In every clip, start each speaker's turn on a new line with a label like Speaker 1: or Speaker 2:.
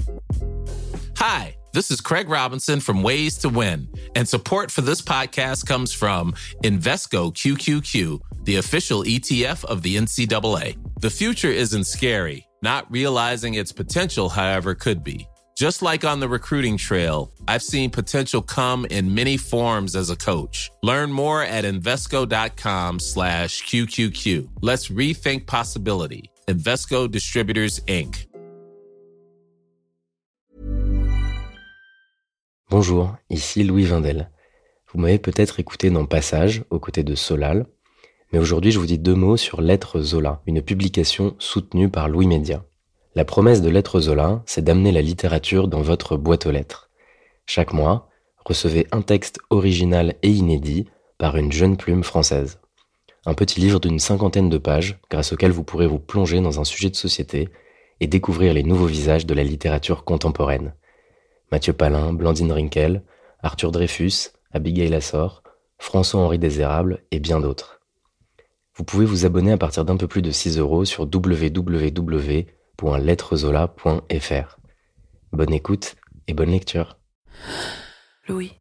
Speaker 1: Hi, this is Craig Robinson from Ways to Win, and support for this podcast comes from Invesco QQQ, the official ETF of the NCAA. The future isn't scary. Not realizing its potential, however, could be. Just like on the recruiting trail, I've seen potential come in many forms as a coach. Learn more at Invesco.com/QQQ. Let's rethink possibility. Invesco Distributors, Inc.
Speaker 2: Bonjour, ici Louis Vindel. Vous m'avez peut-être écouté dans Passage, aux côtés de Solal, mais aujourd'hui je vous dis 2 mots sur Lettres Zola, une publication soutenue par Louis Média. La promesse de Lettres Zola, c'est d'amener la littérature dans votre boîte aux lettres. Chaque mois, recevez un texte original et inédit par une jeune plume française. Un petit livre d'une 50aine de pages, grâce auquel vous pourrez vous plonger dans un sujet de société et découvrir les nouveaux visages de la littérature contemporaine. Mathieu Palin, Blandine Rinkel, Arthur Dreyfus, Abigail Assor, François-Henri Désérable et bien d'autres. Vous pouvez vous abonner à partir d'un peu plus de 6 € sur www.lettrezola.fr. Bonne écoute et bonne lecture.
Speaker 3: Louis.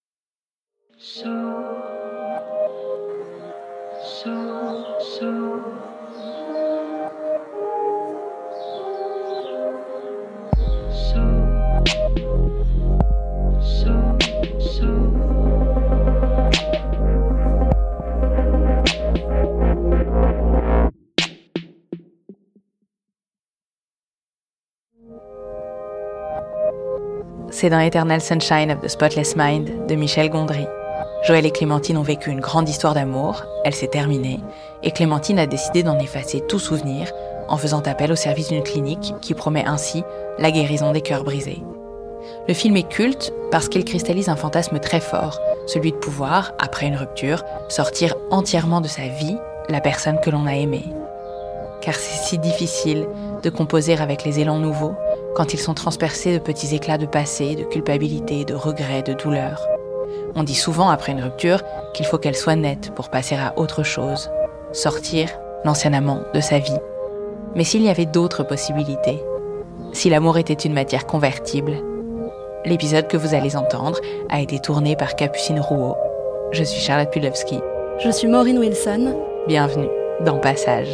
Speaker 3: C'est dans Eternal Sunshine of the Spotless Mind de Michel Gondry. Joël et Clémentine ont vécu une grande histoire d'amour, elle s'est terminée, et Clémentine a décidé d'en effacer tout souvenir en faisant appel au service d'une clinique qui promet ainsi la guérison des cœurs brisés. Le film est culte parce qu'il cristallise un fantasme très fort, celui de pouvoir, après une rupture, sortir entièrement de sa vie la personne que l'on a aimée. Car c'est si difficile de composer avec les élans nouveaux quand ils sont transpercés de petits éclats de passé, de culpabilité, de regret, de douleur. On dit souvent après une rupture qu'il faut qu'elle soit nette pour passer à autre chose, sortir l'ancien amant de sa vie. Mais s'il y avait d'autres possibilités, si l'amour était une matière convertible, l'épisode que vous allez entendre a été tourné par Capucine Rouault. Je suis Charlotte Pudlowski.
Speaker 4: Je suis Maureen Wilson.
Speaker 3: Bienvenue dans Passage.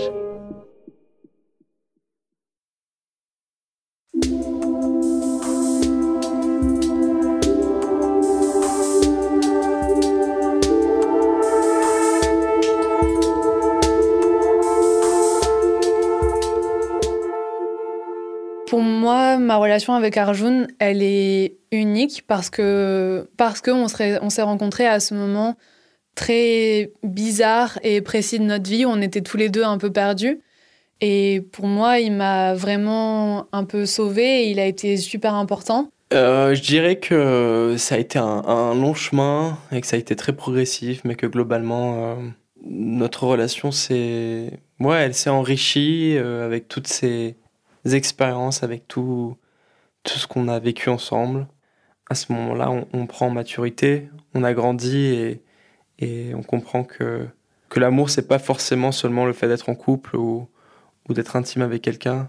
Speaker 5: Pour moi, ma relation avec Arjun, elle est unique parce que on s'est rencontrés à ce moment très bizarre et précis de notre vie où on était tous les deux un peu perdus. Et pour moi, il m'a vraiment un peu sauvée et il a été super important.
Speaker 6: Je dirais que ça a été un long chemin et que ça a été très progressif, mais que globalement, notre relation elle s'est enrichie avec toutes ces expériences, avec tout ce qu'on a vécu ensemble. À ce moment-là, on prend en maturité, on a grandi et on comprend que l'amour, c'est pas forcément seulement le fait d'être en couple ou d'être intime avec quelqu'un.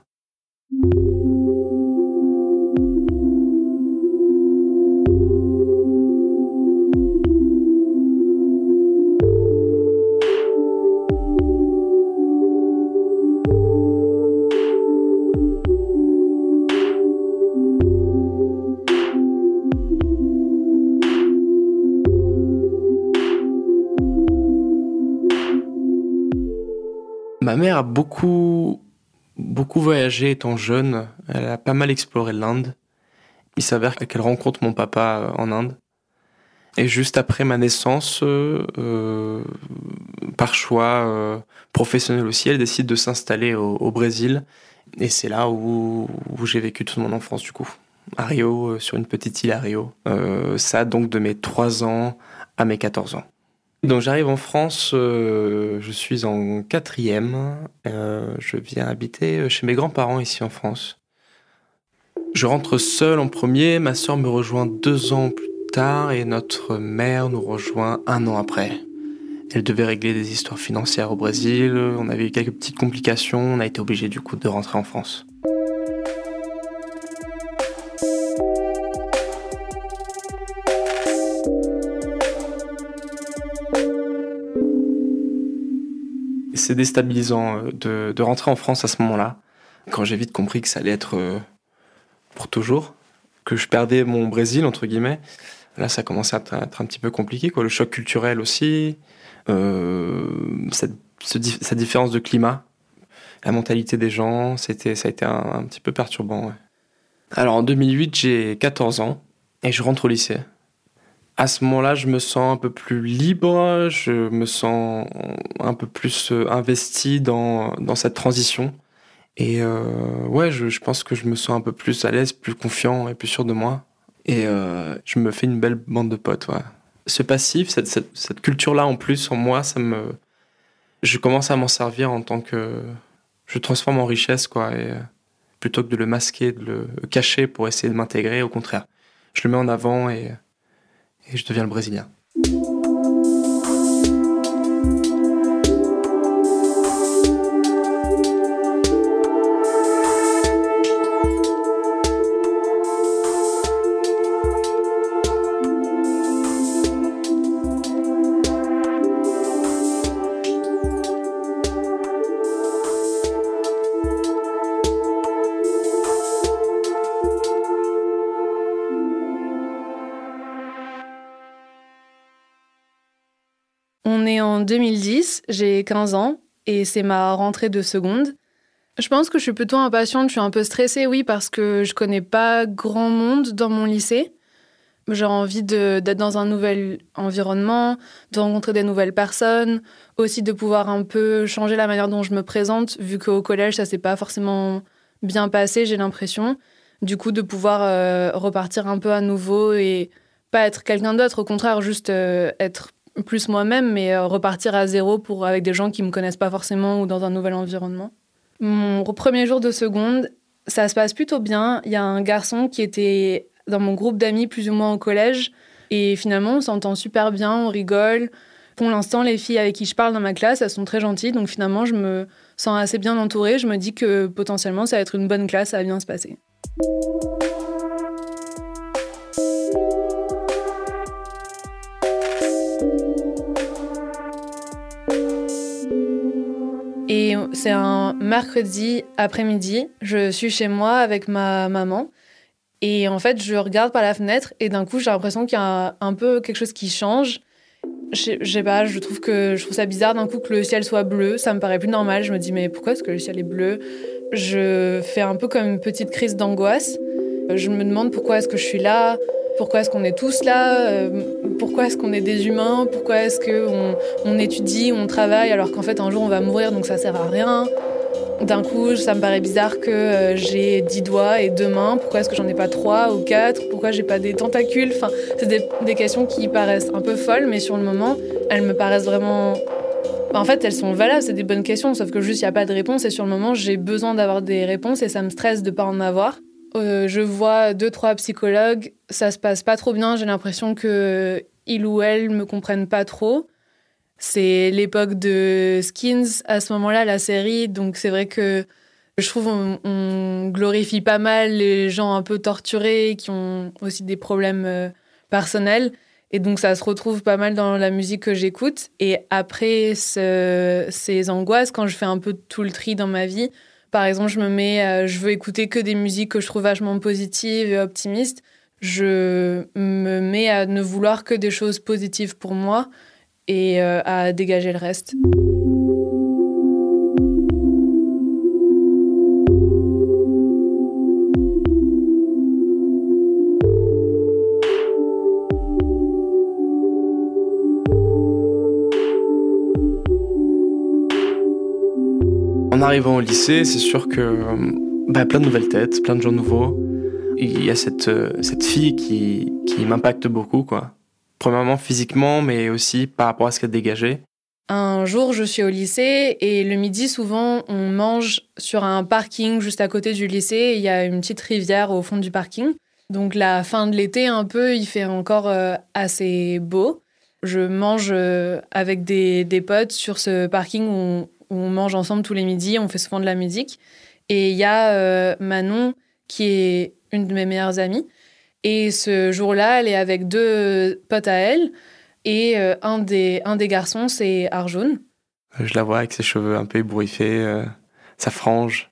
Speaker 6: Ma mère a beaucoup voyagé étant jeune. Elle a pas mal exploré l'Inde. Il s'avère qu'elle rencontre mon papa en Inde. Et juste après ma naissance, par choix professionnel aussi, elle décide de s'installer au Brésil. Et c'est là où j'ai vécu toute mon enfance du coup. À Rio, sur une petite île à Rio. Ça donc de mes 3 ans à mes 14 ans. Donc j'arrive en France, je suis en 4e, je viens habiter chez mes grands-parents ici en France. Je rentre seul en premier, ma sœur me rejoint 2 ans plus tard et notre mère nous rejoint 1 an après. Elle devait régler des histoires financières au Brésil, on avait eu quelques petites complications, on a été obligés du coup de rentrer en France. C'est déstabilisant de rentrer en France à ce moment-là, quand j'ai vite compris que ça allait être pour toujours, que je perdais mon Brésil, entre guillemets. Là, ça commençait à être un petit peu compliqué, quoi. Le choc culturel aussi, cette différence de climat, la mentalité des gens, ça a été un petit peu perturbant. Ouais. Alors en 2008, j'ai 14 ans et je rentre au lycée. À ce moment-là, je me sens un peu plus libre, je me sens un peu plus investi dans cette transition. Et ouais, je pense que je me sens un peu plus à l'aise, plus confiant et plus sûr de moi. Et je me fais une belle bande de potes. Ouais. Ce passif, cette culture-là en plus, en moi, je commence à m'en servir en tant que... Je transforme en richesse, quoi. Et plutôt que de le masquer, de le cacher pour essayer de m'intégrer, au contraire. Je le mets en avant et je deviens le Brésilien.
Speaker 5: On est en 2010, j'ai 15 ans et c'est ma rentrée de seconde. Je pense que je suis plutôt impatiente, je suis un peu stressée, oui, parce que je connais pas grand monde dans mon lycée. J'ai envie d'être dans un nouvel environnement, de rencontrer des nouvelles personnes, aussi de pouvoir un peu changer la manière dont je me présente, vu qu'au collège, ça s'est pas forcément bien passé, j'ai l'impression. Du coup, de pouvoir repartir un peu à nouveau et pas être quelqu'un d'autre, au contraire, juste être plus moi-même, mais repartir à zéro avec des gens qui me connaissent pas forcément ou dans un nouvel environnement. Mon premier jour de seconde, ça se passe plutôt bien. Il y a un garçon qui était dans mon groupe d'amis plus ou moins au collège et finalement on s'entend super bien, on rigole. Pour l'instant, les filles avec qui je parle dans ma classe, elles sont très gentilles, donc finalement je me sens assez bien entourée. Je me dis que potentiellement ça va être une bonne classe, ça va bien se passer. Et c'est un mercredi après-midi, je suis chez moi avec ma maman et en fait je regarde par la fenêtre et d'un coup j'ai l'impression qu'il y a un peu quelque chose qui change. Je sais pas, je trouve ça bizarre d'un coup que le ciel soit bleu, ça me paraît plus normal. Je me dis mais pourquoi est-ce que le ciel est bleu ? Je fais un peu comme une petite crise d'angoisse. Je me demande pourquoi est-ce que je suis là ? Pourquoi est-ce qu'on est tous là ? Pourquoi est-ce qu'on est des humains ? Pourquoi est-ce qu'on étudie, on travaille alors qu'en fait un jour on va mourir donc ça sert à rien ? D'un coup, ça me paraît bizarre que j'ai 10 doigts et 2 mains. Pourquoi est-ce que j'en ai pas 3 ou 4 ? Pourquoi j'ai pas des tentacules ? Enfin, c'est des questions qui paraissent un peu folles, mais sur le moment, elles me paraissent vraiment... En fait, elles sont valables, c'est des bonnes questions, sauf que juste, il n'y a pas de réponse. Et sur le moment, j'ai besoin d'avoir des réponses et ça me stresse de pas en avoir. Je vois 2-3 psychologues, ça se passe pas trop bien. J'ai l'impression qu'ils ou elles me comprennent pas trop. C'est l'époque de Skins, à ce moment-là, la série. Donc c'est vrai que je trouve on glorifie pas mal les gens un peu torturés, qui ont aussi des problèmes personnels. Et donc ça se retrouve pas mal dans la musique que j'écoute. Et après ces angoisses, quand je fais un peu tout le tri dans ma vie, par exemple, je veux écouter que des musiques que je trouve vachement positives et optimistes. Je me mets à ne vouloir que des choses positives pour moi et à dégager le reste.
Speaker 6: En arrivant au lycée, c'est sûr que plein de nouvelles têtes, plein de gens nouveaux. Il y a cette fille qui m'impacte beaucoup, quoi. Premièrement physiquement, mais aussi par rapport à ce qu'elle dégageait.
Speaker 5: Un jour, je suis au lycée et le midi, souvent, on mange sur un parking juste à côté du lycée. Il y a une petite rivière au fond du parking. Donc la fin de l'été, un peu, il fait encore assez beau. Je mange avec des potes sur ce parking où on mange ensemble tous les midis. On fait souvent de la musique. Et il y a Manon, qui est une de mes meilleures amies. Et ce jour-là, elle est avec 2 potes à elle. Et un des garçons, c'est Arjun.
Speaker 6: Je la vois avec ses cheveux un peu ébouriffés, sa frange,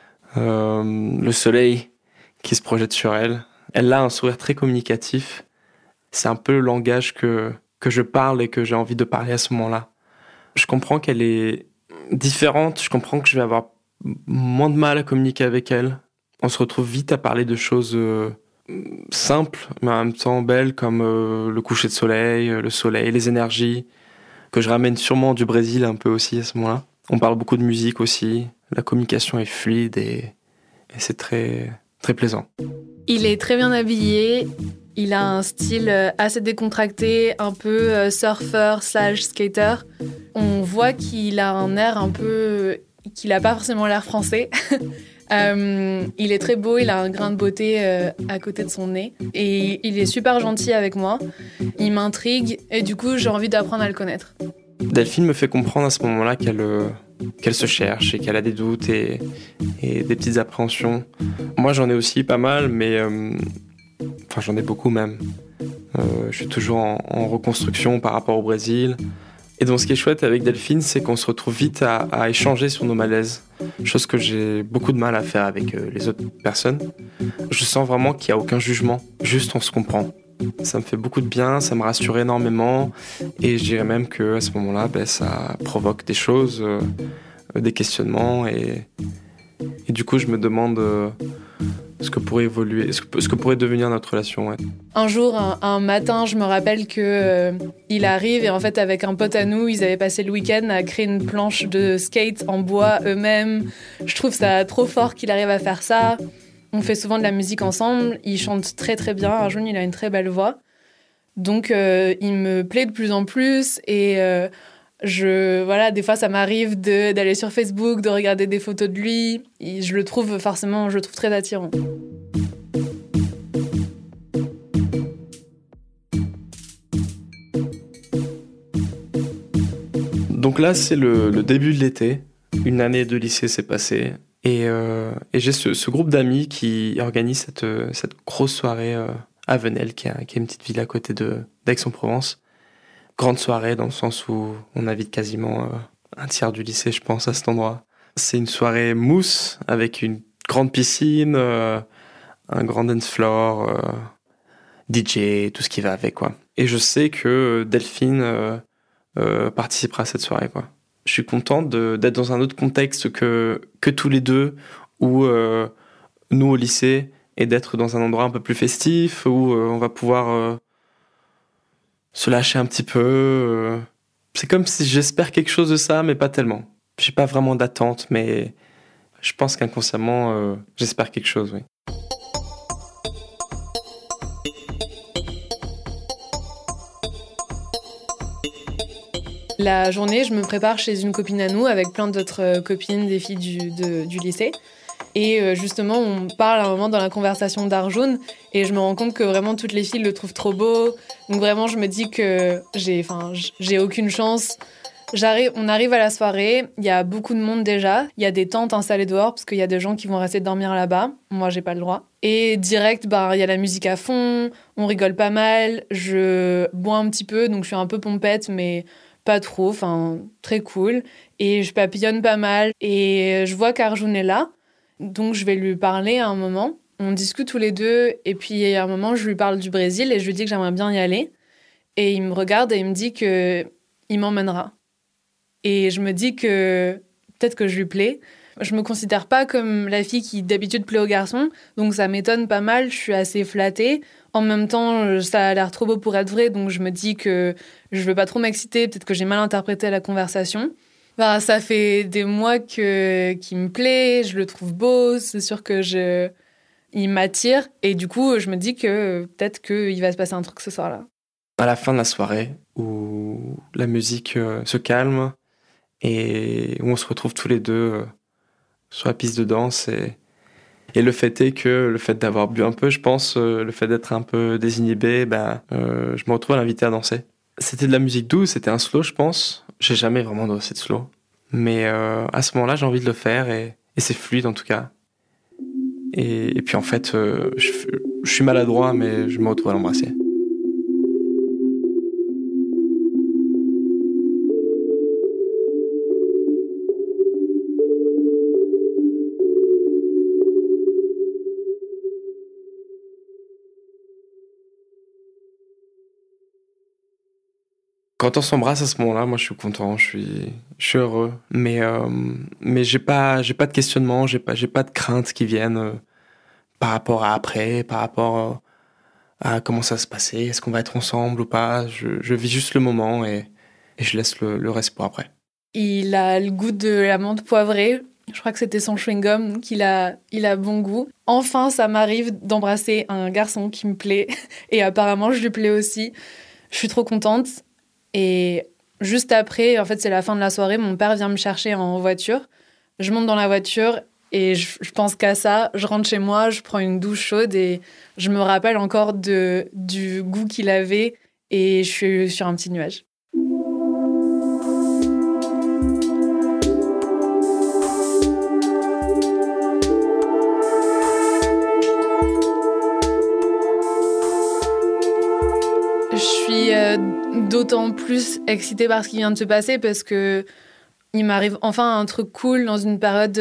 Speaker 6: le soleil qui se projette sur elle. Elle a un sourire très communicatif. C'est un peu le langage que je parle et que j'ai envie de parler à ce moment-là. Je comprends qu'elle est différente, je comprends que je vais avoir moins de mal à communiquer avec elle. On se retrouve vite à parler de choses simples, mais en même temps belles, comme le coucher de soleil, le soleil, les énergies, que je ramène sûrement du Brésil un peu aussi à ce moment-là. On parle beaucoup de musique aussi, la communication est fluide et c'est très, très plaisant.
Speaker 5: Il est très bien habillé, il a un style assez décontracté, un peu surfeur/skater. On voit qu'il a un air un peu... qu'il n'a pas forcément l'air français. Il est très beau, il a un grain de beauté à côté de son nez. Et il est super gentil avec moi, il m'intrigue et du coup j'ai envie d'apprendre à le connaître.
Speaker 6: Delphine me fait comprendre à ce moment-là qu'elle se cherche et qu'elle a des doutes et des petites appréhensions. Moi j'en ai aussi pas mal, mais enfin j'en ai beaucoup même. Je suis toujours en reconstruction par rapport au Brésil. Et donc ce qui est chouette avec Delphine, c'est qu'on se retrouve vite à échanger sur nos malaises. Chose que j'ai beaucoup de mal à faire avec les autres personnes. Je sens vraiment qu'il n'y a aucun jugement, juste on se comprend. Ça me fait beaucoup de bien, ça me rassure énormément. Et je dirais même qu'à ce moment-là, ça provoque des choses, des questionnements. Et du coup, je me demande ce que pourrait évoluer, ce que pourrait devenir notre relation. Ouais.
Speaker 5: Un jour, un matin, je me rappelle que il arrive et en fait, avec un pote à nous, ils avaient passé le week-end à créer une planche de skate en bois eux-mêmes. Je trouve ça trop fort qu'il arrive à faire ça. On fait souvent de la musique ensemble. Il chante très très bien. Arjun, il a une très belle voix. Donc, il me plaît de plus en plus et des fois, ça m'arrive d'aller sur Facebook, de regarder des photos de lui. Et je le trouve très attirant.
Speaker 6: Donc là, c'est le début de l'été. Une année de lycée s'est passée. Et j'ai ce groupe d'amis qui organise cette grosse soirée à Venelle, qui est une petite ville à côté d'Aix-en-Provence. Grande soirée dans le sens où on invite quasiment un tiers du lycée, je pense, à cet endroit. C'est une soirée mousse avec une grande piscine, un grand dance floor, DJ, tout ce qui va avec, quoi. Et je sais que Delphine participera à cette soirée, quoi. Je suis content d'être dans un autre contexte que tous les deux, où nous au lycée, et d'être dans un endroit un peu plus festif, où on va pouvoir se lâcher un petit peu. C'est comme si j'espère quelque chose de ça, mais pas tellement. J'ai pas vraiment d'attente, mais je pense qu'inconsciemment, j'espère quelque chose, oui.
Speaker 5: La journée, je me prépare chez une copine à nous avec plein d'autres copines, des filles du lycée. Et justement, on parle à un moment dans la conversation d'Arjun et je me rends compte que vraiment toutes les filles le trouvent trop beau. Donc vraiment, je me dis que j'ai aucune chance. On arrive à la soirée, il y a beaucoup de monde déjà. Il y a des tentes installées dehors parce qu'il y a des gens qui vont rester dormir là-bas. Moi, j'ai pas le droit. Et direct, il y a la musique à fond, on rigole pas mal. Je bois un petit peu, donc je suis un peu pompette, mais pas trop, très cool. Et je papillonne pas mal. Et je vois qu'Arjun est là. Donc, je vais lui parler à un moment. On discute tous les deux. Et puis, à un moment, je lui parle du Brésil et je lui dis que j'aimerais bien y aller. Et il me regarde et il me dit qu'il m'emmènera. Et je me dis que peut-être que je lui plais. Je me considère pas comme la fille qui d'habitude plaît aux garçons. Donc, ça m'étonne pas mal. Je suis assez flattée. En même temps, ça a l'air trop beau pour être vrai. Donc, je me dis que je veux pas trop m'exciter. Peut-être que j'ai mal interprété la conversation. Ça fait des mois qu'il me plaît, je le trouve beau, c'est sûr il m'attire. Et du coup, je me dis que peut-être qu'il va se passer un truc ce soir-là.
Speaker 6: À la fin de la soirée, où la musique se calme et où on se retrouve tous les deux sur la piste de danse. Et le fait est que le fait d'avoir bu un peu, je pense, le fait d'être un peu désinhibé, je me retrouve à l'inviter à danser. C'était de la musique douce, c'était un slow, je pense. J'ai jamais vraiment dansé de slow. Mais à ce moment-là, j'ai envie de le faire et c'est fluide en tout cas. Et puis en fait, je suis maladroit, mais je me retrouve à l'embrasser. Quand on s'embrasse à ce moment-là, moi je suis content, je suis heureux, mais j'ai pas de questionnement, j'ai pas de craintes qui viennent par rapport à après, par rapport à comment ça se passait, est-ce qu'on va être ensemble ou pas. Je vis juste le moment et je laisse le reste pour après.
Speaker 5: Il a le goût de la menthe poivrée. Je crois que c'était son chewing-gum, donc il a bon goût. Enfin, ça m'arrive d'embrasser un garçon qui me plaît et apparemment je lui plais aussi. Je suis trop contente. Et juste après, en fait, c'est la fin de la soirée, mon père vient me chercher en voiture. Je monte dans la voiture et je pense qu'à ça. Je rentre chez moi, je prends une douche chaude et je me rappelle encore du goût qu'il avait et je suis sur un petit nuage. Je suis d'autant plus excitée par ce qui vient de se passer parce que il m'arrive enfin un truc cool dans une période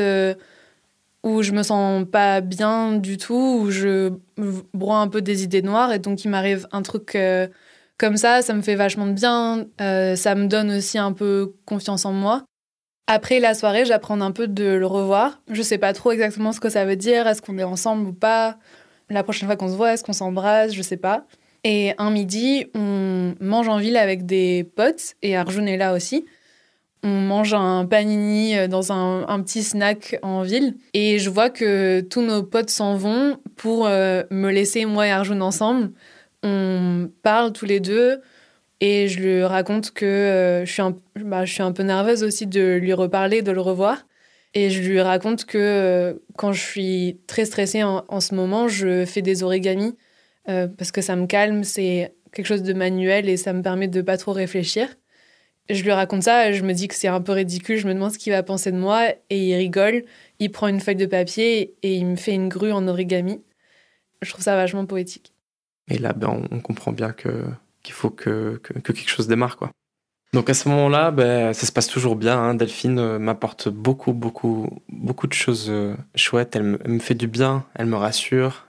Speaker 5: où je me sens pas bien du tout, où je broie un peu des idées noires et donc il m'arrive un truc comme ça me fait vachement de bien, ça me donne aussi un peu confiance en moi. Après la soirée, j'apprends un peu de le revoir. Je sais pas trop exactement ce que ça veut dire, est-ce qu'on est ensemble ou pas, la prochaine fois qu'on se voit, est-ce qu'on s'embrasse, je sais pas. Et un midi, on mange en ville avec des potes, et Arjun est là aussi. On mange un panini dans un petit snack en ville. Et je vois que tous nos potes s'en vont pour me laisser, moi et Arjun, ensemble. On parle tous les deux, et je lui raconte que je suis un peu nerveuse aussi de lui reparler, de le revoir. Et je lui raconte que quand je suis très stressée en ce moment, je fais des origamis. Parce que ça me calme, c'est quelque chose de manuel et ça me permet de pas trop réfléchir. Je lui raconte ça et je me dis que c'est un peu ridicule, je me demande ce qu'il va penser de moi et il rigole, il prend une feuille de papier et il me fait une grue en origami. Je trouve ça vachement poétique.
Speaker 6: Et là, on comprend bien qu'il faut que quelque chose démarre, quoi. Donc à ce moment-là, ça se passe toujours bien, hein. Delphine m'apporte beaucoup de choses chouettes, elle me fait du bien, elle me rassure.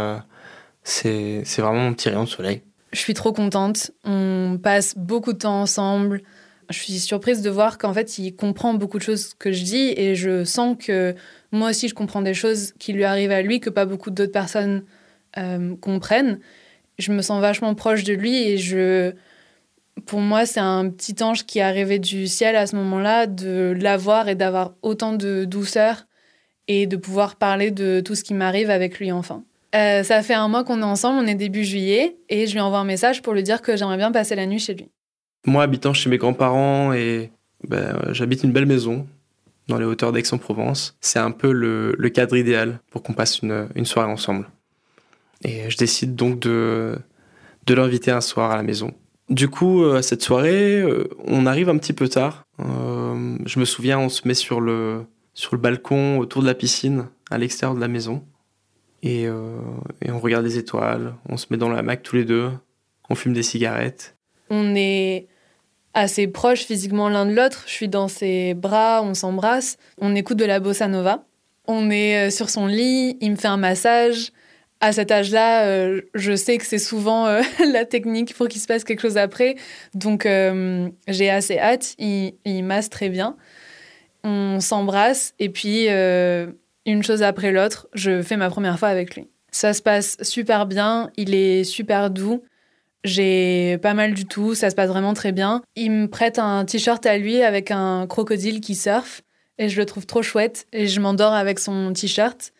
Speaker 6: C'est vraiment mon petit rayon de soleil.
Speaker 5: Je suis trop contente. On passe beaucoup de temps ensemble. Je suis surprise de voir qu'en fait, il comprend beaucoup de choses que je dis et je sens que moi aussi, je comprends des choses qui lui arrivent à lui que pas beaucoup d'autres personnes comprennent. Je me sens vachement proche de lui et pour moi, c'est un petit ange qui est arrivé du ciel à ce moment-là, de l'avoir et d'avoir autant de douceur et de pouvoir parler de tout ce qui m'arrive avec lui enfin. Ça fait 1 mois qu'on est ensemble, on est début juillet, et je lui envoie un message pour lui dire que j'aimerais bien passer la nuit chez lui.
Speaker 6: Moi, habitant chez mes grands-parents, j'habite une belle maison dans les hauteurs d'Aix-en-Provence. C'est un peu le cadre idéal pour qu'on passe une soirée ensemble. Et je décide donc de l'inviter un soir à la maison. Du coup, à cette soirée, on arrive un petit peu tard. Je me souviens, on se met sur le balcon autour de la piscine, à l'extérieur de la maison. Et on regarde les étoiles, on se met dans le hamac tous les deux, on fume des cigarettes.
Speaker 5: On est assez proches physiquement l'un de l'autre, je suis dans ses bras, on s'embrasse, on écoute de la bossa nova. On est sur son lit, il me fait un massage. À cet âge-là, je sais que c'est souvent la technique pour qu'il se passe quelque chose après. Donc j'ai assez hâte, il masse très bien. On s'embrasse et puis... une chose après l'autre, je fais ma première fois avec lui. Ça se passe super bien, il est super doux, j'ai pas mal du tout, ça se passe vraiment très bien. Il me prête un t-shirt à lui avec un crocodile qui surfe et je le trouve trop chouette et je m'endors avec son t-shirt.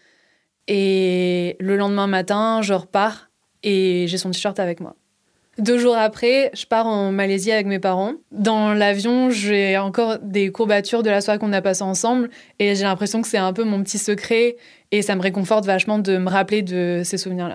Speaker 5: Et le lendemain matin, je repars et j'ai son t-shirt avec moi. 2 jours après, je pars en Malaisie avec mes parents. Dans l'avion, j'ai encore des courbatures de la soirée qu'on a passée ensemble et j'ai l'impression que c'est un peu mon petit secret et ça me réconforte vachement de me rappeler de ces souvenirs-là.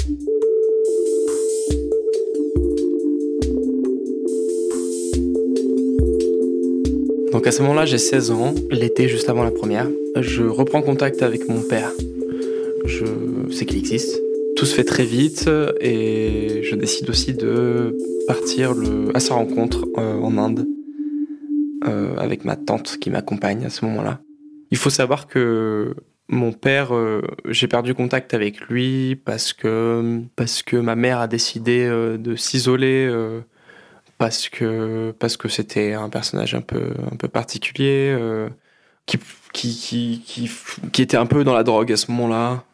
Speaker 6: Donc à ce moment-là, j'ai 16 ans, l'été juste avant la première. Je reprends contact avec mon père. je sais qu'il existe. Tout se fait très vite et je décide aussi de partir à sa rencontre en Inde avec ma tante qui m'accompagne à ce moment-là. Il faut savoir que mon père, j'ai perdu contact avec lui parce que ma mère a décidé de s'isoler parce que c'était un personnage un peu particulier qui était un peu dans la drogue à ce moment-là,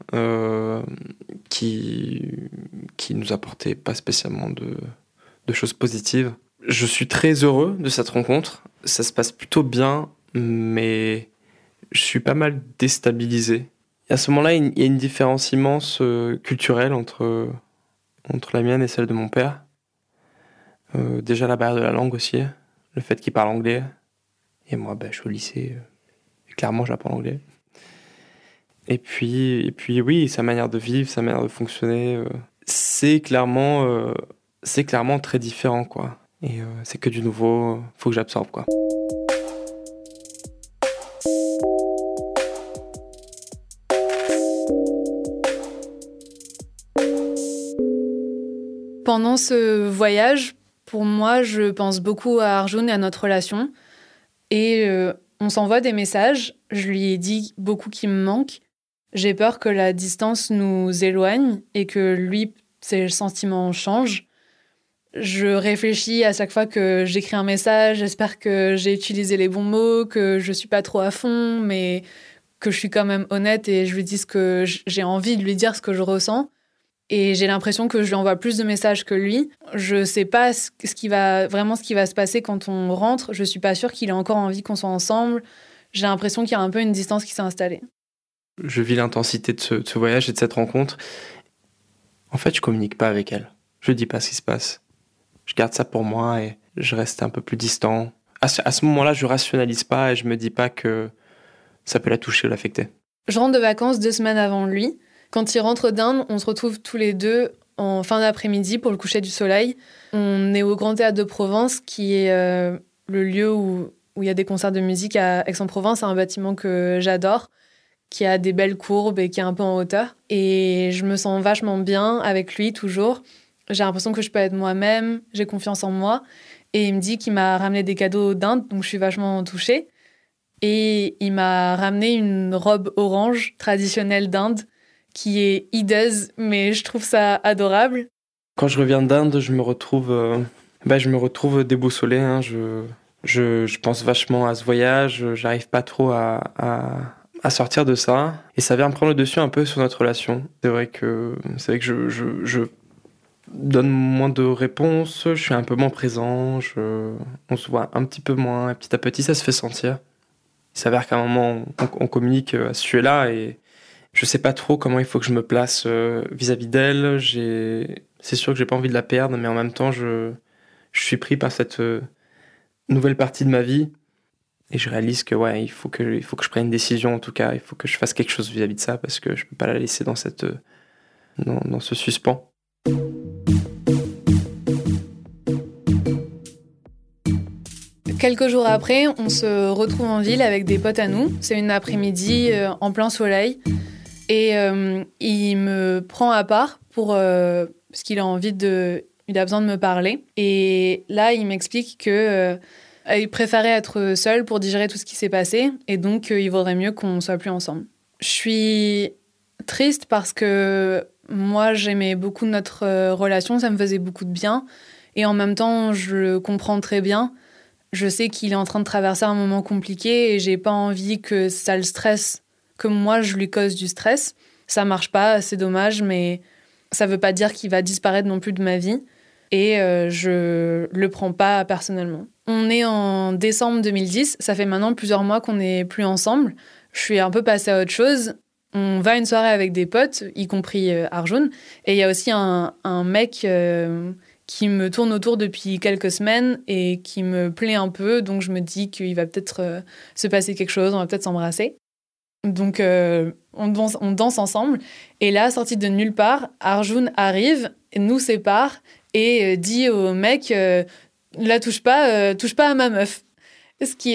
Speaker 6: qui nous apportait pas spécialement de choses positives. Je suis très heureux de cette rencontre. Ça se passe plutôt bien, mais je suis pas mal déstabilisé. À ce moment-là, il y a une différence immense culturelle entre la mienne et celle de mon père. Déjà la barrière de la langue aussi, le fait qu'il parle anglais. Et moi, je suis au lycée, clairement j'apprends l'anglais. Et puis oui, sa manière de vivre, sa manière de fonctionner, c'est clairement très différent, quoi. Et c'est que du nouveau, faut que j'absorbe, quoi.
Speaker 5: Pendant ce voyage, pour moi, je pense beaucoup à Arjun et à notre relation. Et on s'envoie des messages. Je lui ai dit beaucoup qu'il me manque. J'ai peur que la distance nous éloigne et que lui, ses sentiments changent. Je réfléchis à chaque fois que j'écris un message. J'espère que j'ai utilisé les bons mots, que je suis pas trop à fond, mais que je suis quand même honnête et je lui dis ce que j'ai envie de lui dire, ce que je ressens. Et j'ai l'impression que je lui envoie plus de messages que lui. Je sais pas ce qui va se passer quand on rentre. Je suis pas sûre qu'il ait encore envie qu'on soit ensemble. J'ai l'impression qu'il y a un peu une distance qui s'est installée.
Speaker 6: Je vis l'intensité de ce voyage et de cette rencontre. En fait, je communique pas avec elle. Je dis pas ce qui se passe. Je garde ça pour moi et je reste un peu plus distant. À ce moment-là, je rationalise pas et je me dis pas que ça peut la toucher ou l'affecter.
Speaker 5: Je rentre de vacances 2 semaines avant lui. Quand il rentre d'Inde, on se retrouve tous les deux en fin d'après-midi pour le coucher du soleil. On est au Grand Théâtre de Provence, qui est le lieu où il y a des concerts de musique à Aix-en-Provence. C'est un bâtiment que j'adore, qui a des belles courbes et qui est un peu en hauteur. Et je me sens vachement bien avec lui, toujours. J'ai l'impression que je peux être moi-même, j'ai confiance en moi. Et il me dit qu'il m'a ramené des cadeaux d'Inde, donc je suis vachement touchée. Et il m'a ramené une robe orange traditionnelle d'Inde, qui est hideuse, mais je trouve ça adorable.
Speaker 6: Quand je reviens d'Inde, je me retrouve déboussolé. Hein. Je pense vachement à ce voyage. J'arrive pas trop à sortir de ça. Et ça vient me prendre le dessus un peu sur notre relation. C'est vrai que je donne moins de réponses. Je suis un peu moins présent. On se voit un petit peu moins. Et petit à petit, ça se fait sentir. Il s'avère qu'à un moment, on communique à ce sujet-là et je sais pas trop comment il faut que je me place vis-à-vis d'elle. C'est sûr que j'ai pas envie de la perdre, mais en même temps, je suis pris par cette nouvelle partie de ma vie. Et je réalise que il faut que je prenne une décision, en tout cas. Il faut que je fasse quelque chose vis-à-vis de ça, parce que je peux pas la laisser dans ce suspens.
Speaker 5: Quelques jours après, on se retrouve en ville avec des potes à nous. C'est une après-midi en plein soleil. Et il me prend à part parce qu'il il a besoin de me parler. Et là, il m'explique qu'il préférait être seul pour digérer tout ce qui s'est passé. Et donc, il vaudrait mieux qu'on soit plus ensemble. Je suis triste parce que moi, j'aimais beaucoup notre relation. Ça me faisait beaucoup de bien. Et en même temps, je le comprends très bien. Je sais qu'il est en train de traverser un moment compliqué et j'ai pas envie que ça le stresse, que moi je lui cause du stress. Ça marche pas, c'est dommage, mais ça veut pas dire qu'il va disparaître non plus de ma vie. Et je le prends pas personnellement. On est en décembre 2010, ça fait maintenant plusieurs mois qu'on n'est plus ensemble. Je suis un peu passée à autre chose. On va à une soirée avec des potes, y compris Arjun. Et il y a aussi un mec qui me tourne autour depuis quelques semaines et qui me plaît un peu. Donc je me dis qu'il va peut-être se passer quelque chose, on va peut-être s'embrasser. Donc on danse ensemble. Et là, sorti de nulle part, Arjun arrive, nous sépare et dit au mec là, touche pas à ma meuf. Ce qui est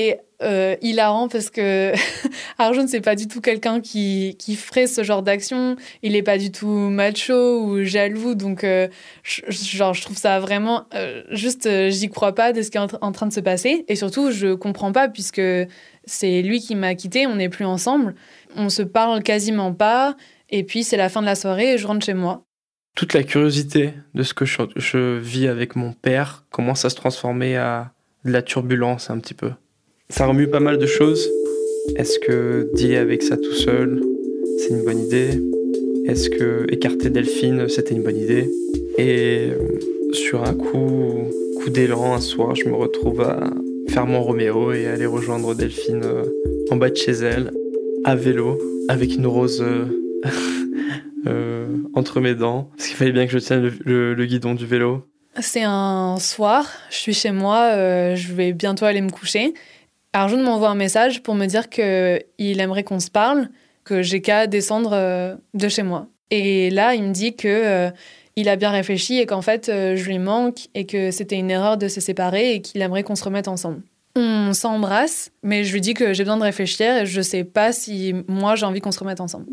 Speaker 5: hilarant parce que Arjun, c'est pas du tout quelqu'un qui ferait ce genre d'action. Il est pas du tout macho ou jaloux. Donc, je trouve ça vraiment... j'y crois pas de ce qui est en train de se passer. Et surtout, je comprends pas puisque c'est lui qui m'a quittée. On n'est plus ensemble. On se parle quasiment pas. Et puis, c'est la fin de la soirée et je rentre chez moi.
Speaker 6: Toute la curiosité de ce que je vis avec mon père commence à se transformer à de la turbulence un petit peu. Ça remue pas mal de choses. Est-ce que dealer avec ça tout seul, c'est une bonne idée ? Est-ce que écarter Delphine, c'était une bonne idée ? Et sur un coup d'élan, un soir, je me retrouve à faire mon Roméo et aller rejoindre Delphine en bas de chez elle, à vélo, avec une rose... entre mes dents, parce qu'il fallait bien que je tienne le guidon du vélo.
Speaker 5: C'est un soir, je suis chez moi, je vais bientôt aller me coucher. Arjun m'envoie un message pour me dire qu'il aimerait qu'on se parle, que j'ai qu'à descendre de chez moi. Et là, il me dit qu'il a bien réfléchi et qu'en fait, je lui manque et que c'était une erreur de se séparer et qu'il aimerait qu'on se remette ensemble. On s'embrasse, mais je lui dis que j'ai besoin de réfléchir et je sais pas si moi, j'ai envie qu'on se remette ensemble.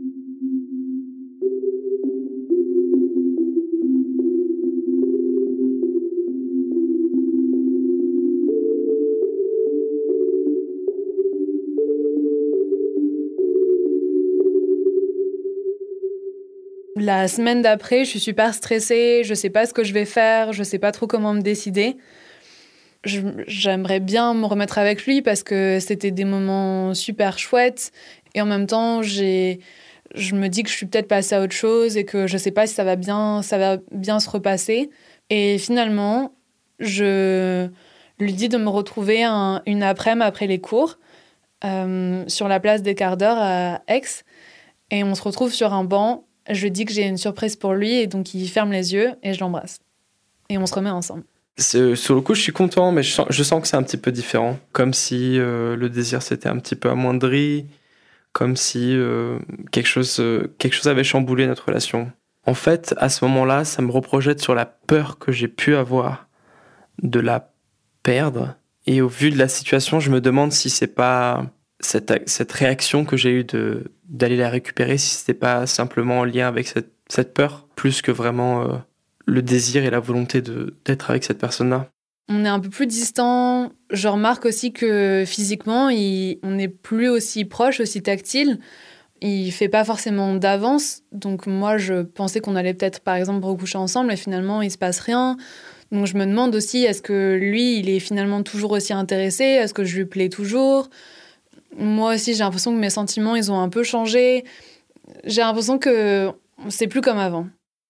Speaker 5: La semaine d'après, je suis super stressée, je sais pas ce que je vais faire, je sais pas trop comment me décider. J'aimerais bien me remettre avec lui parce que c'était des moments super chouettes et en même temps, je me dis que je suis peut-être passée à autre chose et que je sais pas si ça va bien se repasser. Et finalement, je lui dis de me retrouver une après-midi après les cours sur la place des quarts d'heure à Aix et on se retrouve sur un banc. Je lui dis que j'ai une surprise pour lui et donc il ferme les yeux et je l'embrasse. Et on se remet ensemble.
Speaker 6: Sur le coup, je suis content, mais je sens que c'est un petit peu différent. Comme si le désir s'était un petit peu amoindri, comme si quelque chose avait chamboulé notre relation. En fait, à ce moment-là, ça me reprojette sur la peur que j'ai pu avoir de la perdre. Et au vu de la situation, je me demande si c'est pas... Cette réaction que j'ai eue d'aller la récupérer, si c'était pas simplement en lien avec cette peur, plus que vraiment le désir et la volonté d'être avec cette personne-là.
Speaker 5: On est un peu plus distants. Je remarque aussi que physiquement, on n'est plus aussi proche, aussi tactile. Il fait pas forcément d'avance. Donc moi, je pensais qu'on allait peut-être, par exemple, recoucher ensemble, et finalement, il se passe rien. Donc je me demande aussi, est-ce que lui, il est finalement toujours aussi intéressé ? Est-ce que je lui plais toujours ? Moi aussi, j'ai l'impression que mes sentiments, ils ont un peu changé. J'ai l'impression que c'est plus comme avant.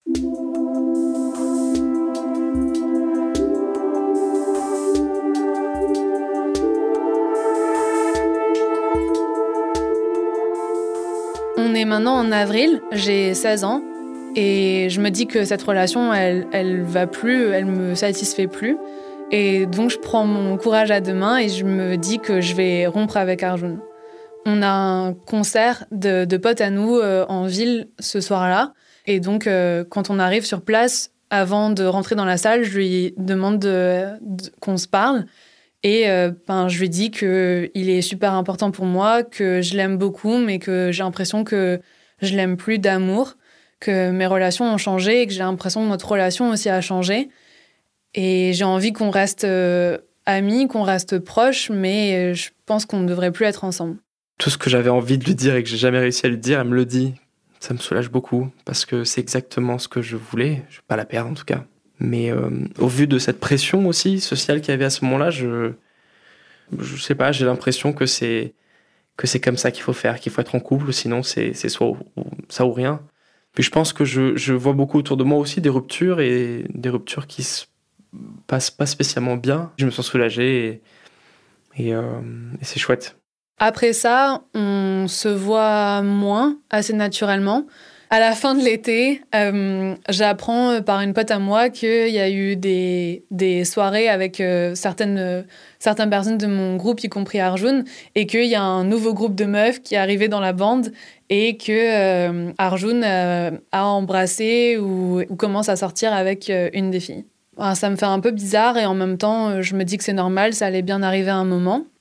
Speaker 5: On est maintenant en avril, j'ai 16 ans, et je me dis que cette relation, elle va plus, elle me satisfait plus. Et donc, je prends mon courage à deux mains et je me dis que je vais rompre avec Arjun. On a un concert de potes à nous en ville ce soir-là. Et donc, quand on arrive sur place, avant de rentrer dans la salle, je lui demande qu'on se parle. Et je lui dis qu'il est super important pour moi, que je l'aime beaucoup, mais que j'ai l'impression que je l'aime plus d'amour, que mes relations ont changé et que j'ai l'impression que notre relation aussi a changé. Et j'ai envie qu'on reste amis, qu'on reste proches, mais je pense qu'on ne devrait plus être ensemble.
Speaker 6: Tout ce que j'avais envie de lui dire et que j'ai jamais réussi à lui dire, elle me le dit. Ça me soulage beaucoup, parce que c'est exactement ce que je voulais. Je ne vais pas la perdre, en tout cas. Mais au vu de cette pression aussi sociale qu'il y avait à ce moment-là, je sais pas, j'ai l'impression que c'est comme ça qu'il faut faire, qu'il faut être en couple, sinon c'est soit ça ou rien. Puis je pense que je vois beaucoup autour de moi aussi des ruptures, et des ruptures qui se passent pas spécialement bien. Je me sens soulagé et c'est chouette.
Speaker 5: Après ça, on se voit moins, assez naturellement. À la fin de l'été, j'apprends par une pote à moi qu'il y a eu des soirées avec certaines personnes de mon groupe, y compris Arjun, et qu'il y a un nouveau groupe de meufs qui est arrivé dans la bande et que Arjun a embrassé ou commence à sortir avec une des filles. Ça me fait un peu bizarre et en même temps, je me dis que c'est normal, ça allait bien arriver à un moment.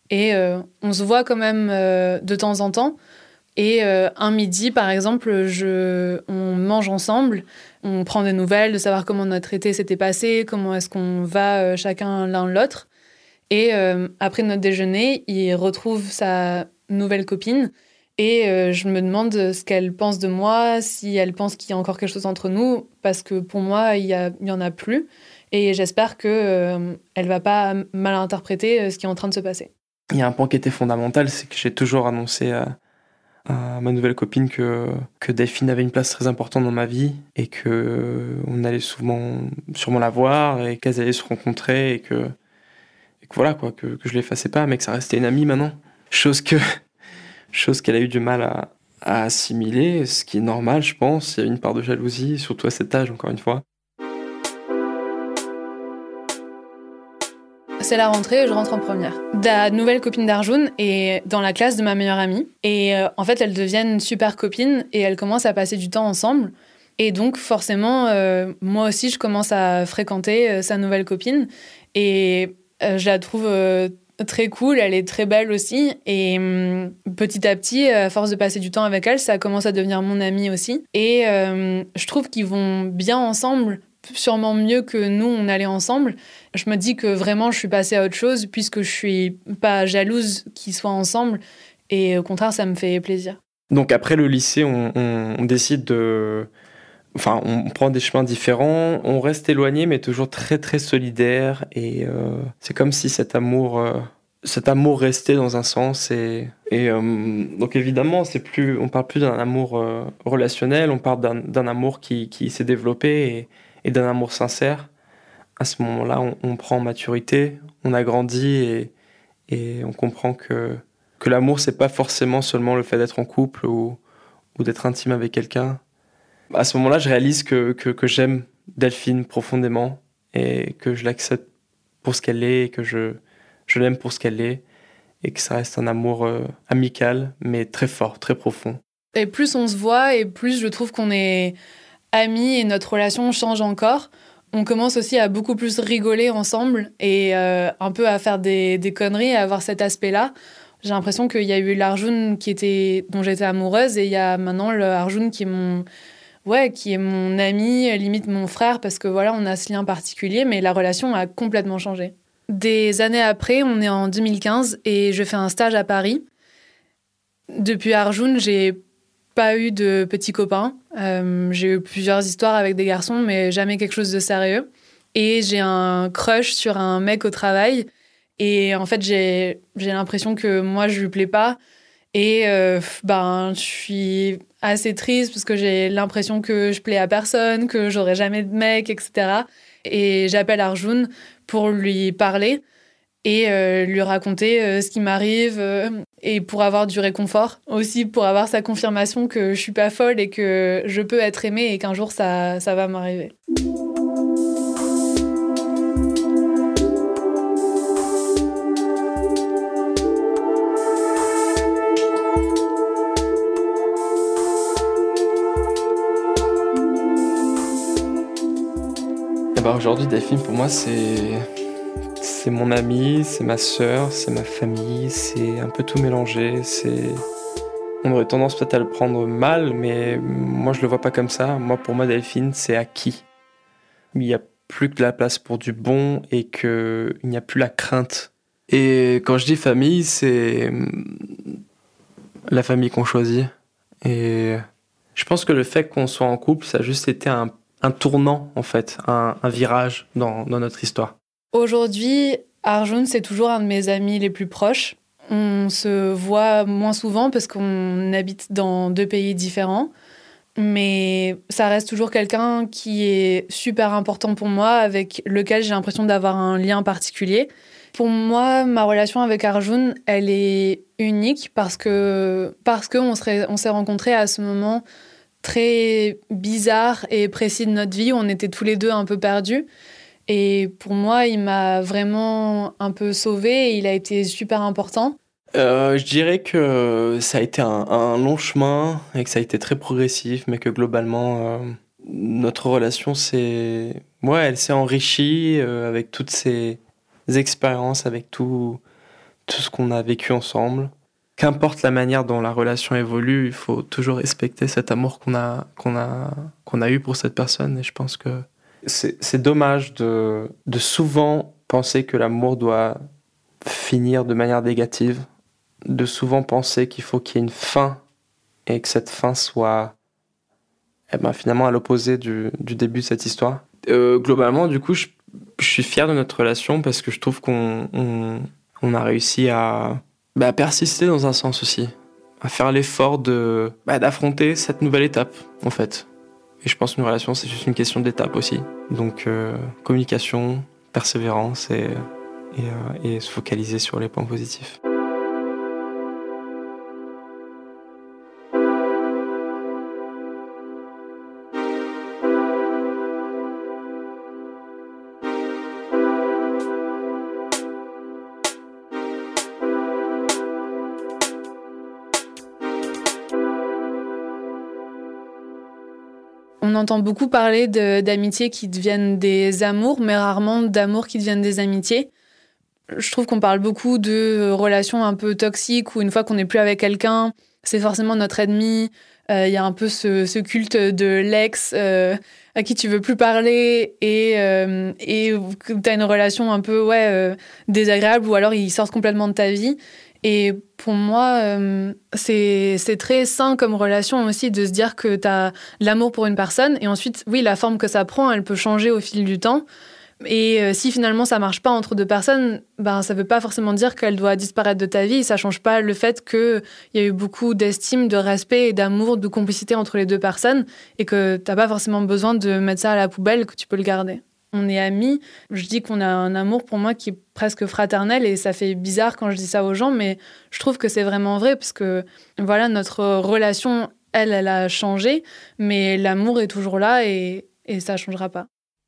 Speaker 5: Et on se voit quand même de temps en temps. Et un midi, par exemple, on mange ensemble, on prend des nouvelles de savoir comment notre été s'était passé, comment est-ce qu'on va chacun l'un l'autre. Et après notre déjeuner, il retrouve sa nouvelle copine. Et je me demande ce qu'elle pense de moi, si elle pense qu'il y a encore quelque chose entre nous, parce que pour moi, il y en a plus. Et j'espère qu'elle ne va pas mal interpréter ce qui est en train de se passer.
Speaker 6: Il y a un point qui était fondamental, c'est que j'ai toujours annoncé à ma nouvelle copine que Delphine avait une place très importante dans ma vie et qu'on allait sûrement la voir et qu'elles allaient se rencontrer et que voilà, quoi, que je l'effaçais pas, mais que ça restait une amie maintenant. Chose qu'elle a eu du mal à assimiler, ce qui est normal, je pense. Il y a une part de jalousie, surtout à cet âge, encore une fois.
Speaker 5: C'est la rentrée, je rentre en première. La nouvelle copine d'Arjun est dans la classe de ma meilleure amie. Et en fait, elles deviennent super copines et elles commencent à passer du temps ensemble. Et donc, forcément, moi aussi, je commence à fréquenter sa nouvelle copine. Et je la trouve très cool, elle est très belle aussi. Et petit à petit, à force de passer du temps avec elle, ça commence à devenir mon amie aussi. Et je trouve qu'ils vont bien ensemble, sûrement mieux que nous, on allait ensemble. Je me dis que vraiment, je suis passée à autre chose puisque je suis pas jalouse qu'ils soient ensemble. Et au contraire, ça me fait plaisir.
Speaker 6: Donc après le lycée, on décide de... Enfin, on prend des chemins différents, on reste éloigné, mais toujours très très solidaire. Et c'est comme si cet amour restait dans un sens. Donc évidemment, on parle plus d'un amour relationnel, on parle d'un amour qui s'est développé et d'un amour sincère. À ce moment-là, on prend en maturité, on a grandi et on comprend que l'amour, c'est pas forcément seulement le fait d'être en couple ou d'être intime avec quelqu'un. À ce moment-là, je réalise que j'aime Delphine profondément et que je l'accepte pour ce qu'elle est et que je l'aime pour ce qu'elle est et que ça reste un amour amical mais très fort, très profond.
Speaker 5: Et plus on se voit et plus je trouve qu'on est amis et notre relation change encore. On commence aussi à beaucoup plus rigoler ensemble et un peu à faire des conneries, à avoir cet aspect-là. J'ai l'impression qu'il y a eu l'Arjun dont j'étais amoureuse et il y a maintenant le Arjun qui est mon ami, limite mon frère, parce que voilà, on a ce lien particulier, mais la relation a complètement changé. Des années après, on est en 2015 et je fais un stage à Paris. Depuis Arjun, j'ai pas eu de petits copains. J'ai eu plusieurs histoires avec des garçons, mais jamais quelque chose de sérieux. Et j'ai un crush sur un mec au travail. Et en fait, j'ai l'impression que moi, je lui plais pas. Et je suis assez triste parce que j'ai l'impression que je plais à personne, que j'aurai jamais de mec, etc. Et j'appelle Arjun pour lui parler et lui raconter ce qui m'arrive et pour avoir du réconfort. Aussi pour avoir sa confirmation que je suis pas folle et que je peux être aimée et qu'un jour ça va m'arriver.
Speaker 6: Aujourd'hui, Delphine, pour moi, c'est mon amie, c'est ma sœur, c'est ma famille, c'est un peu tout mélangé. On aurait tendance peut-être à le prendre mal, mais moi, je le vois pas comme ça. Pour moi, Delphine, c'est acquis. Il n'y a plus que de la place pour du bon et qu'il n'y a plus la crainte. Et quand je dis famille, c'est la famille qu'on choisit. Et je pense que le fait qu'on soit en couple, ça a juste été un tournant, en fait, un virage dans notre histoire.
Speaker 5: Aujourd'hui, Arjun, c'est toujours un de mes amis les plus proches. On se voit moins souvent parce qu'on habite dans 2 pays différents. Mais ça reste toujours quelqu'un qui est super important pour moi, avec lequel j'ai l'impression d'avoir un lien particulier. Pour moi, ma relation avec Arjun, elle est unique parce que on s'est rencontrés à ce moment très bizarre et précis de notre vie. On était tous les deux un peu perdus. Et pour moi, il m'a vraiment un peu sauvée et il a été super important.
Speaker 6: Je dirais que ça a été un long chemin et que ça a été très progressif, mais que globalement, notre relation elle s'est enrichie avec toutes ces expériences, avec tous tout ce qu'on a vécu ensemble. Qu'importe la manière dont la relation évolue, il faut toujours respecter cet amour qu'on a eu pour cette personne. Et je pense que c'est dommage de souvent penser que l'amour doit finir de manière négative, de souvent penser qu'il faut qu'il y ait une fin et que cette fin soit finalement à l'opposé du début de cette histoire. Globalement, du coup, je suis fier de notre relation parce que je trouve qu'on a réussi à persister dans un sens aussi, à faire l'effort d'affronter cette nouvelle étape, en fait. Et je pense qu'une relation, c'est juste une question d'étape aussi. Donc, communication, persévérance et se focaliser sur les points positifs.
Speaker 5: On entend beaucoup parler d'amitiés qui deviennent des amours, mais rarement d'amours qui deviennent des amitiés. Je trouve qu'on parle beaucoup de relations un peu toxiques où une fois qu'on n'est plus avec quelqu'un, c'est forcément notre ennemi. Il y a un peu ce culte de l'ex à qui tu veux plus parler et tu as une relation un peu désagréable ou alors ils sortent complètement de ta vie. Et pour moi, c'est très sain comme relation aussi de se dire que tu as l'amour pour une personne. Et ensuite, oui, la forme que ça prend, elle peut changer au fil du temps. Et si finalement ça marche pas entre deux personnes, ça veut pas forcément dire qu'elle doit disparaître de ta vie. Ça change pas le fait qu'il y a eu beaucoup d'estime, de respect et d'amour, de complicité entre les deux personnes. Et que t'as pas forcément besoin de mettre ça à la poubelle, que tu peux le garder. On est amis. Je dis qu'on a un amour pour moi qui est presque fraternel et ça fait bizarre quand je dis ça aux gens, mais je trouve que c'est vraiment vrai parce que voilà, notre relation, elle a changé, mais l'amour est toujours là et ça changera pas.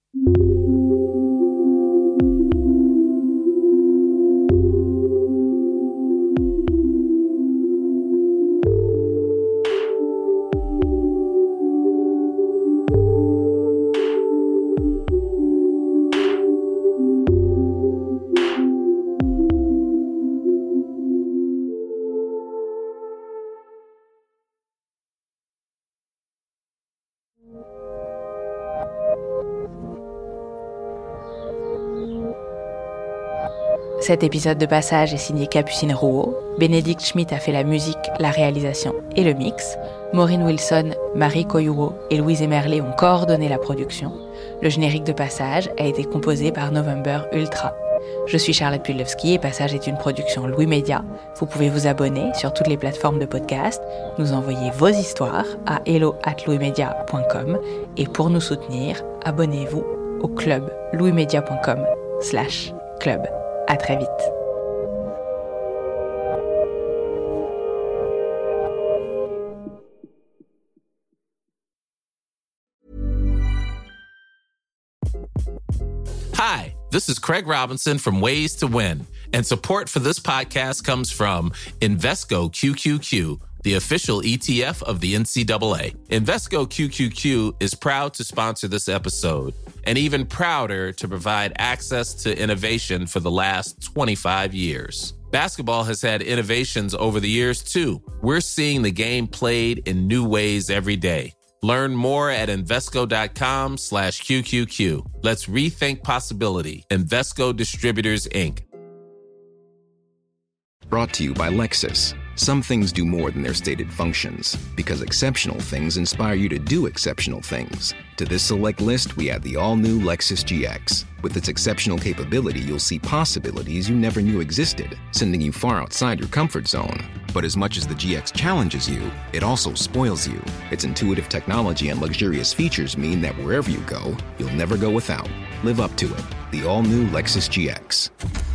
Speaker 3: Cet épisode de Passage est signé Capucine Rouault. Bénédicte Schmitt a fait la musique, la réalisation et le mix. Maureen Wilson, Marie Coyouot et Louise Emerlé ont coordonné la production. Le générique de Passage a été composé par November Ultra. Je suis Charlotte Pudlewski et Passage est une production Louis Média. Vous pouvez vous abonner sur toutes les plateformes de podcast, nous envoyer vos histoires à hello@louismedia.com et pour nous soutenir, abonnez-vous au club louismedia.com/club. À très vite.
Speaker 1: Hi, this is Craig Robinson from Ways to Win, and support for this podcast comes from Invesco QQQ, the official ETF of the NCAA. Invesco QQQ is proud to sponsor this episode, and even prouder to provide access to innovation for the last 25 years. Basketball has had innovations over the years, too. We're seeing the game played in new ways every day. Learn more at Invesco.com/QQQ. Let's rethink possibility. Invesco Distributors, Inc.
Speaker 7: Brought to you by Lexus. Some things do more than their stated functions, because exceptional things inspire you to do exceptional things. To this select list, we add the all-new Lexus GX. With its exceptional capability, you'll see possibilities you never knew existed, sending you far outside your comfort zone. But as much as the GX challenges you, it also spoils you. Its intuitive technology and luxurious features mean that wherever you go, you'll never go without. Live up to it. The all-new Lexus GX.